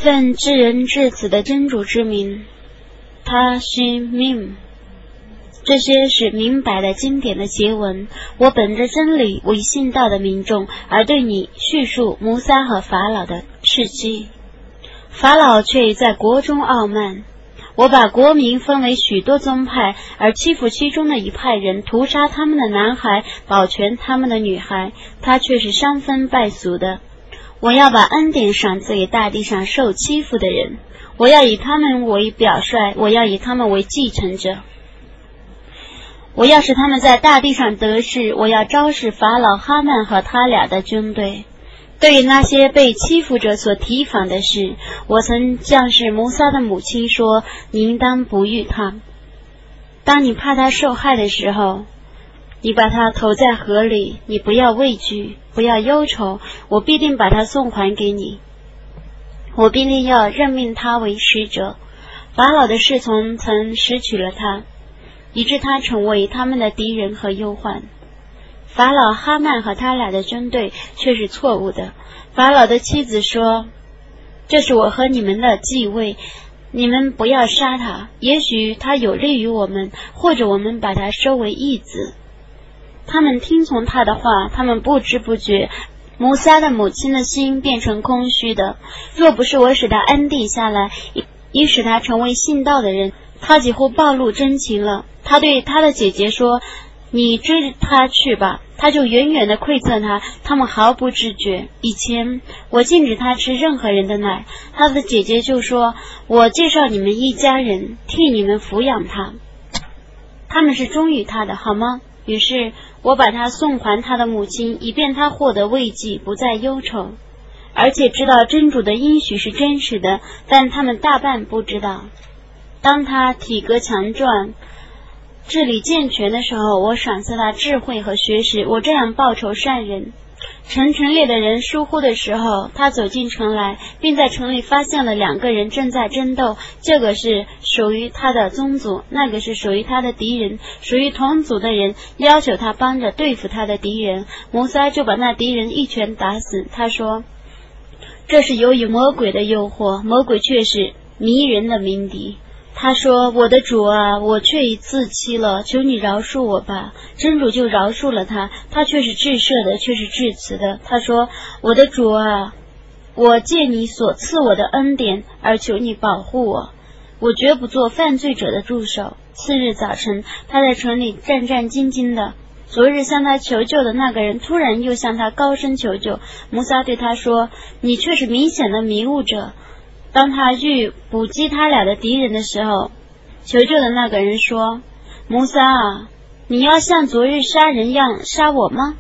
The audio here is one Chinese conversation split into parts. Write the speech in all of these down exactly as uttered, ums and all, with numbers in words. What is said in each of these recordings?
奉至仁至慈的真主之名，他须命。这些是明白的经典的结文。我本着真理为信道的民众而对你叙述摩萨和法老的事迹。法老却在国中傲慢，我把国民分为许多宗派，而欺负其中的一派人，屠杀他们的男孩，保全他们的女孩，他却是伤风败俗的。我要把恩典赏赐给大地上受欺负的人，我要以他们为表率，我要以他们为继承者，我要使他们在大地上得势，我要招示法老哈曼和他俩的军队。对于那些被欺负者所提防的事，我曾降示摩萨的母亲说，你应当不育他。当你怕他受害的时候，你把他投在河里，你不要畏惧，不要忧愁，我必定把他送还给你，我必定要任命他为使者。法老的侍从曾拾取了他，以致他成为他们的敌人和忧患。法老哈曼和他俩的军队却是错误的。法老的妻子说，这是我和你们的继位，你们不要杀他，也许他有利于我们，或者我们把他收为义子。他们听从他的话，他们不知不觉，摩萨的母亲的心变成空虚的。若不是我使他安定下来，以使他成为信道的人，他几乎暴露真情了。他对他的姐姐说，你追他去吧，他就远远地窥测他，他们毫不知觉。以前我禁止他吃任何人的奶，他的姐姐就说，我介绍你们一家人，替你们抚养他，他们是忠于他的，好吗？于是我把他送还他的母亲，以便他获得慰藉，不再忧愁，而且知道真主的应许是真实的，但他们大半不知道。当他体格强壮，治理健全的时候，我赏赐他智慧和学识，我这样报酬善人。城城里的人疏忽的时候，他走进城来，并在城里发现了两个人正在争斗，这个是属于他的宗族，那个是属于他的敌人。属于同族的人要求他帮着对付他的敌人，摩萨就把那敌人一拳打死。他说，这是由于魔鬼的诱惑，魔鬼却是迷人的鸣笛。他说，我的主啊，我却已自欺了，求你饶恕我吧。真主就饶恕了他，他却是至赦的，却是至慈的。他说，我的主啊，我借你所赐我的恩典而求你保护我，我绝不做犯罪者的助手。次日早晨，他在城里战战兢兢的，昨日向他求救的那个人突然又向他高声求救。摩萨对他说，你却是明显的迷雾者。当他欲捕击他俩的敌人的时候，求救的那个人说，摩萨啊，你要像昨日杀人一样杀我吗？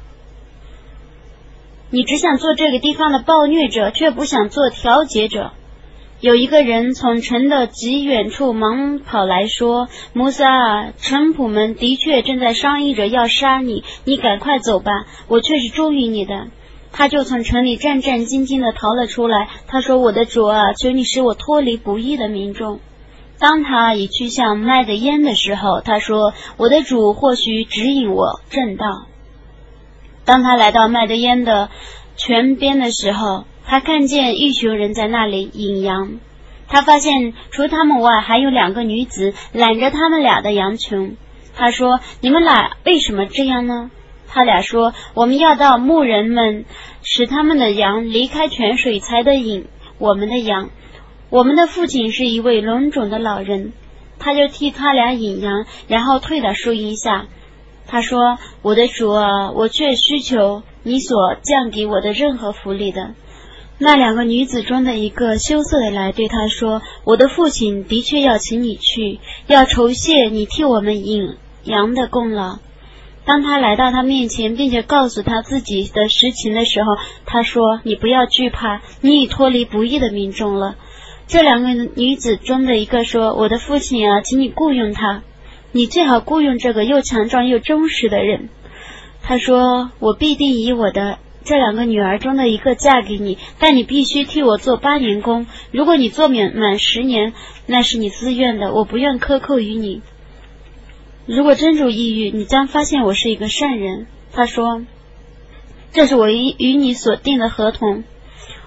你只想做这个地方的暴虐者，却不想做调解者。有一个人从城的极远处忙跑来说，摩萨啊，臣仆们的确正在商议着要杀你，你赶快走吧，我却是忠于你的。他就从城里战战兢兢地逃了出来。他说，我的主啊，求你使我脱离不义的民众。当他已去向麦的烟的时候，他说，我的主或许指引我正道。当他来到麦的烟的泉边的时候，他看见一群人在那里饮羊。他发现除他们外还有两个女子揽着他们俩的羊群。他说，你们俩为什么这样呢？他俩说，我们要到牧人们使他们的羊离开泉水，才得饮我们的羊。我们的父亲是一位聋种的老人。他就替他俩饮羊，然后退到树荫下。他说，我的主啊，我却需求你所降给我的任何福利的。那两个女子中的一个羞涩的来对他说，我的父亲的确要请你去，要酬谢你替我们饮羊的功劳。当他来到他面前，并且告诉他自己的实情的时候，他说，你不要惧怕，你已脱离不义的民众了。这两个女子中的一个说，我的父亲啊，请你雇佣他，你最好雇佣这个又强壮又忠实的人。他说，我必定以我的这两个女儿中的一个嫁给你，但你必须替我做八年工，如果你做满满十年，那是你自愿的，我不愿克扣于你。如果真主抑郁，你将发现我是一个善人。他说，这是我与你所定的合同，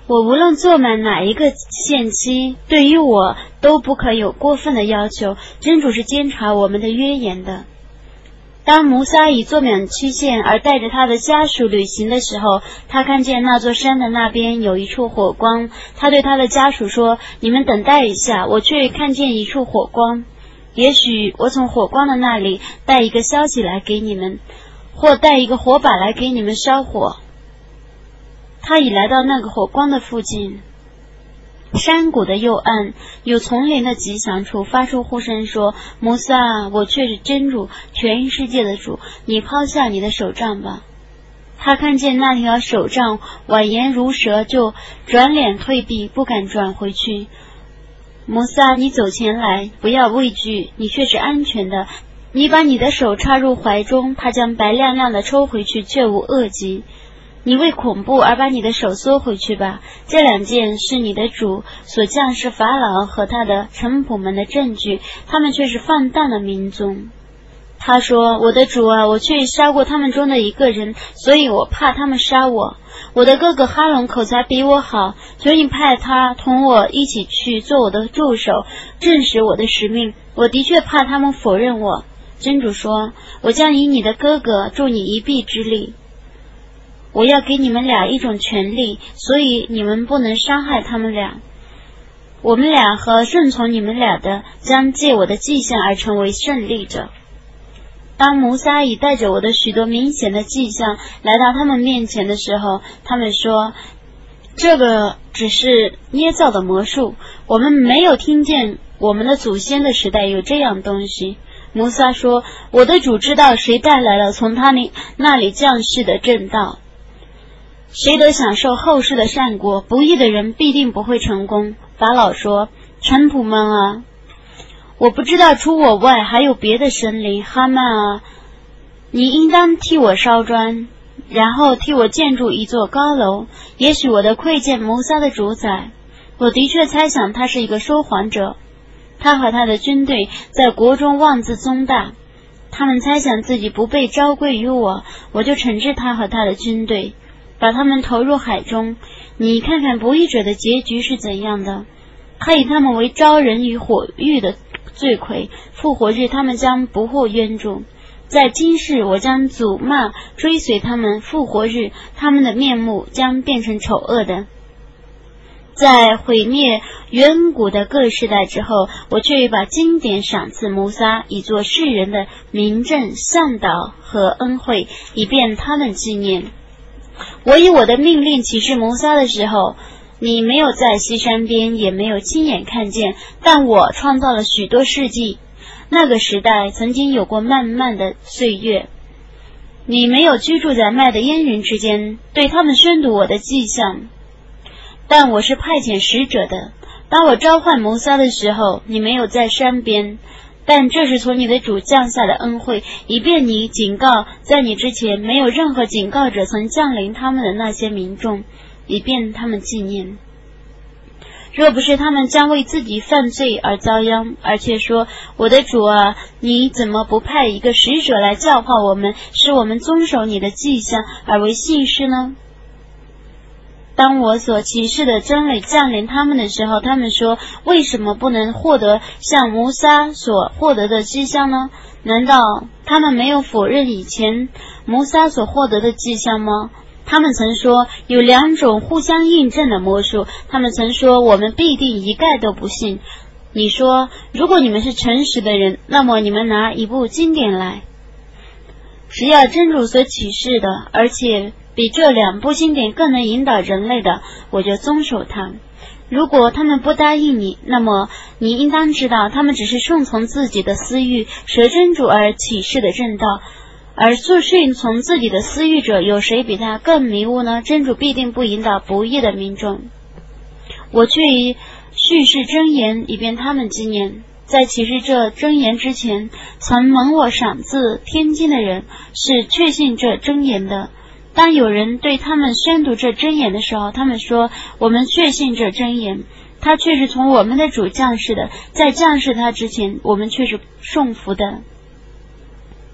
我无论做满哪一个限期，对于我都不可有过分的要求，真主是监察我们的约言的。当摩萨已做满期限而带着他的家属旅行的时候，他看见那座山的那边有一处火光，他对他的家属说，你们等待一下，我去看见一处火光，也许我从火光的那里带一个消息来给你们，或带一个火把来给你们烧火。他已来到那个火光的附近，山谷的右岸有丛林的吉祥处，发出呼声说，摩萨，我却是真主，全世界的主，你抛下你的手杖吧。他看见那条手杖蜿蜒如蛇，就转脸退避，不敢转回去。摩萨，你走前来，不要畏惧，你却是安全的。你把你的手插入怀中，他将白亮亮的抽回去，却无恶疾。你为恐怖而把你的手缩回去吧，这两件是你的主所降示法老和他的臣仆们的证据，他们却是放荡的民众。他说，我的主啊，我却杀过他们中的一个人，所以我怕他们杀我。我的哥哥哈隆口才比我好，求你派他同我一起去做我的助手，证实我的使命。我的确怕他们否认我。真主说，我将以你的哥哥助你一臂之力，我要给你们俩一种权利，所以你们不能伤害他们俩。我们俩和顺从你们俩的将借我的迹象而成为胜利者。当摩萨已带着我的许多明显的迹象来到他们面前的时候，他们说，这个只是捏造的魔术，我们没有听见我们的祖先的时代有这样东西。摩萨说，我的主知道谁带来了从他那里降世的正道，谁得享受后世的善果，不义的人必定不会成功。法老说，臣仆们啊，我不知道除我外还有别的神灵。哈曼啊，你应当替我烧砖，然后替我建筑一座高楼。也许我的窥见摩萨的主宰，我的确猜想他是一个说谎者。他和他的军队在国中妄自宗大，他们猜想自己不被招归于我，我就惩治他和他的军队，把他们投入海中。你看看不义者的结局是怎样的，他以他们为招人于火狱的罪魁，复活日他们将不获冤助。在今世我将诅骂追随他们，复活日他们的面目将变成丑恶的。在毁灭远古的各世代之后，我却把经典赏赐摩萨，以作世人的明证向导和恩惠，以便他们纪念。我以我的命令启示摩萨的时候，你没有在西山边，也没有亲眼看见，但我创造了许多世纪。那个时代曾经有过漫漫的岁月，你没有居住在麦的烟云之间，对他们宣读我的迹象。但我是派遣使者的，当我召唤摩萨的时候，你没有在山边，但这是从你的主降下的恩惠，以便你警告在你之前没有任何警告者曾降临他们的那些民众，以便他们纪念。若不是他们将为自己犯罪而遭殃，而且说，我的主啊，你怎么不派一个使者来教化我们，使我们遵守你的迹象而为信士呢？当我所启示的真理降临他们的时候，他们说，为什么不能获得像摩萨所获得的迹象呢？难道他们没有否认以前摩萨所获得的迹象吗？他们曾说有两种互相印证的魔术，他们曾说我们必定一概都不信。你说，如果你们是诚实的人，那么你们拿一部经典来，只要真主所启示的，而且比这两部经典更能引导人类的，我就遵守它。如果他们不答应你，那么你应当知道，他们只是顺从自己的私欲，舍真主而启示的正道。而顺从自己的私欲者，有谁比他更迷雾呢？真主必定不引导不义的民众。我却以叙事真言，以便他们纪念。在启示这真言之前，曾蒙我赏赐天经的人是确信这真言的。当有人对他们宣读这真言的时候，他们说，我们确信这真言，他却是从我们的主降世的，在降世他之前，我们却是顺服的。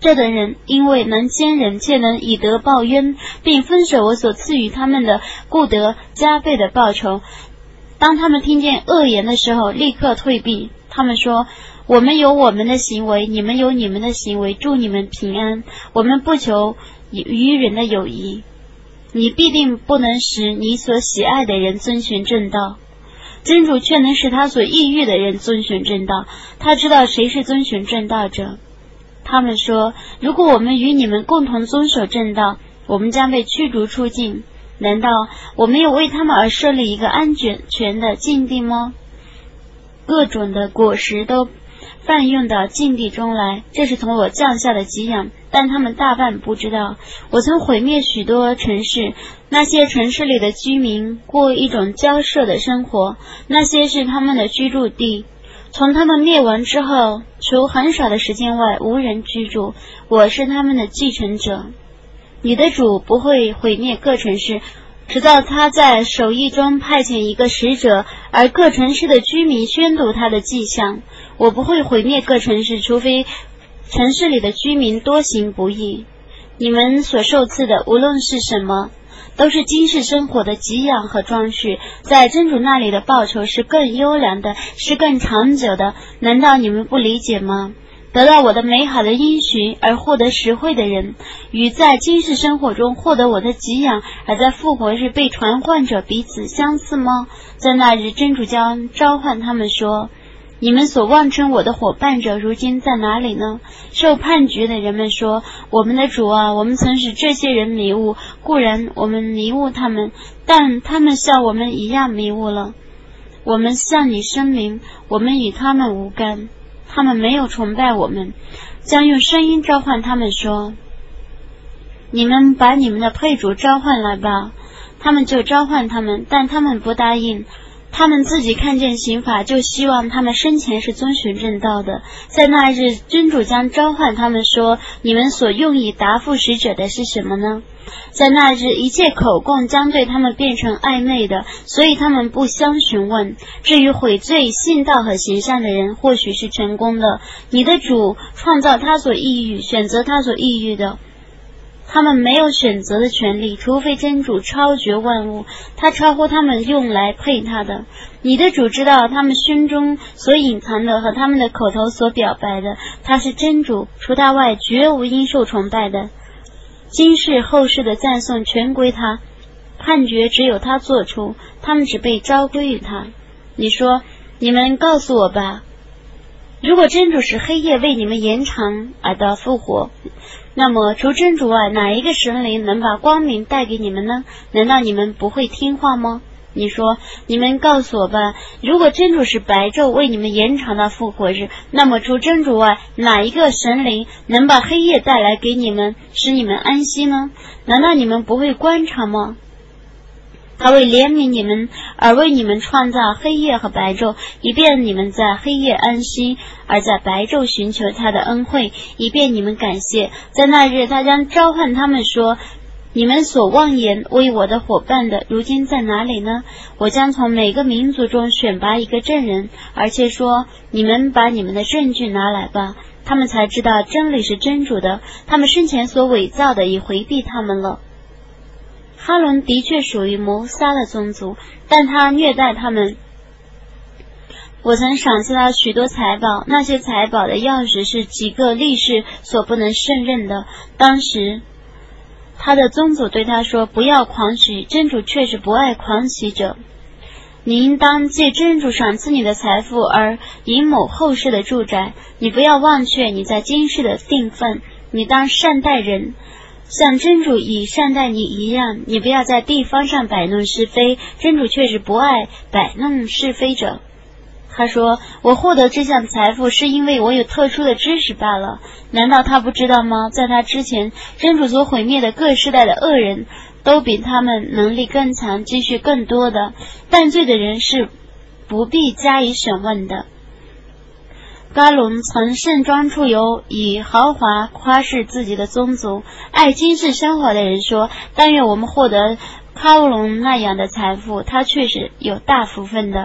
这等人因为能坚忍，且能以德报冤，并分舍我所赐予他们的，故得加倍的报酬。当他们听见恶言的时候，立刻退避。他们说，我们有我们的行为，你们有你们的行为，祝你们平安。我们不求与人的友谊，你必定不能使你所喜爱的人遵循正道，真主却能使他所抑郁的人遵循正道。他知道谁是遵循正道者。他们说，如果我们与你们共同遵守正道，我们将被驱逐出境。难道我没有为他们而设立一个安全的境地吗？各种的果实都泛用到境地中来，这是从我降下的给养，但他们大半不知道。我曾毁灭许多城市，那些城市里的居民过一种交涉的生活，那些是他们的居住地。从他们灭亡之后，除很少的时间外，无人居住。我是他们的继承者。你的主不会毁灭各城市，直到他在手艺中派遣一个使者，而各城市的居民宣读他的迹象。我不会毁灭各城市，除非城市里的居民多行不义。你们所受赐的无论是什么，都是今世生活的给养和装饰，在真主那里的报酬是更优良的，是更长久的。难道你们不理解吗？得到我的美好的应许而获得实惠的人，与在今世生活中获得我的给养而在复活日被传唤者彼此相似吗？在那日，真主将召唤他们说，你们所妄称我的伙伴者如今在哪里呢？受判决的人们说，我们的主啊，我们曾使这些人迷雾，固然我们迷雾他们，但他们像我们一样迷雾了。我们向你声明，我们与他们无干，他们没有崇拜我们，将用声音召唤他们说，你们把你们的配主召唤来吧。他们就召唤他们，但他们不答应。他们自己看见刑法，就希望他们生前是遵循正道的。在那日，真主将召唤他们说，你们所用以答复使者的是什么呢？在那日，一切口供将对他们变成暧昧的，所以他们不相询问。至于悔罪、信道和行善的人，或许是成功的。你的主创造他所抑郁，选择他所抑郁的。他们没有选择的权利，除非真主超绝万物，他超乎他们用来配他的。你的主知道他们心中所隐藏的和他们的口头所表白的，他是真主，除他外绝无应受崇拜的。今世后世的赞颂全归他，判决只有他做出，他们只被召归于他。你说，你们告诉我吧，如果真主使黑夜为你们延长而到复活，那么除真主外，哪一个神灵能把光明带给你们呢？难道你们不会听话吗？你说，你们告诉我吧，如果真主使白昼为你们延长到复活日，那么除真主外，哪一个神灵能把黑夜带来给你们，使你们安息呢？难道你们不会观察吗？他为怜悯你们而为你们创造黑夜和白昼，以便你们在黑夜安息，而在白昼寻求他的恩惠，以便你们感谢。在那日，他将召唤他们说，你们所妄言为我的伙伴的，如今在哪里呢？我将从每个民族中选拔一个证人，而且说，你们把你们的证据拿来吧。他们才知道真理是真主的，他们生前所伪造的已回避他们了。哈伦的确属于谋杀的宗族，但他虐待他们。我曾赏赐他许多财宝，那些财宝的钥匙是几个力士所不能胜任的。当时他的宗族对他说，不要狂喜，真主确实不爱狂喜者。你应当借真主赏赐你的财富而以某后世的住宅，你不要忘却你在今世的定分，你当善待人，像真主以善待你一样。你不要在地方上摆弄是非，真主确实不爱摆弄是非者。他说，我获得这项财富是因为我有特殊的知识罢了。难道他不知道吗？在他之前，真主所毁灭的各世代的恶人都比他们能力更强，积蓄更多的。犯罪的人是不必加以审问的。嘎隆曾盛装出游，以豪华夸示自己的宗族。爱今世生活的人说，但愿我们获得卡乌隆那样的财富，他确实有大福分的。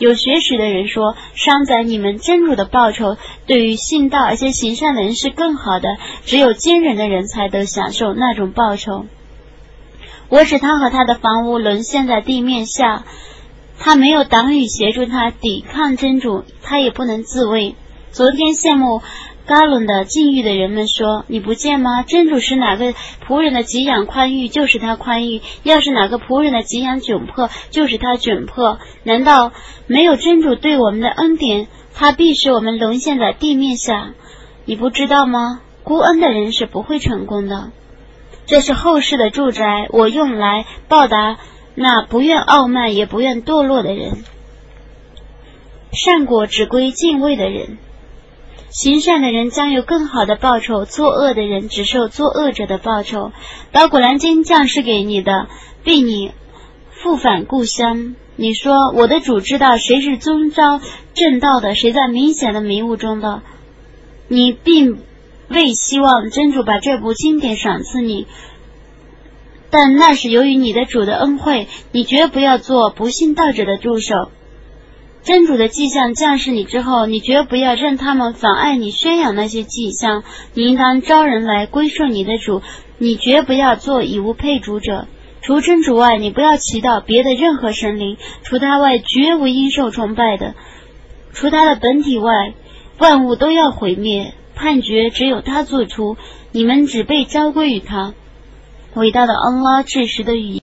有学识的人说，伤在你们真主的报酬对于信道而且行善的人是更好的，只有坚忍的人才得享受那种报酬。我使他和他的房屋沦陷在地面下，他没有党羽协助他抵抗真主，他也不能自卫。昨天羡慕嘎伦的境遇的人们说，你不见吗？真主使哪个仆人的给养宽裕，就使他宽裕；要是哪个仆人的给养窘迫，就使他窘迫。难道没有真主对我们的恩典，他必使我们沦陷在地面下？你不知道吗？孤恩的人是不会成功的。这是后世的住宅，我用来报答那不愿傲慢也不愿堕落的人。善果只归敬畏的人，行善的人将有更好的报酬，作恶的人只受作恶者的报酬。把古兰经降世给你的，逼你复返故乡。你说，我的主知道谁是遵照正道的，谁在明显的迷雾中的。你并未希望真主把这部经典赏赐你，但那是由于你的主的恩惠，你绝不要做不信道者的助手。真主的迹象降世你之后，你绝不要让他们妨碍你宣扬那些迹象，你应当招人来归顺你的主，你绝不要做以无配主者。除真主外，你不要祈祷别的任何神灵，除他外绝无应受崇拜的。除他的本体外，万物都要毁灭，判决只有他做出，你们只被召归于他。伟大的安拉至实的语言。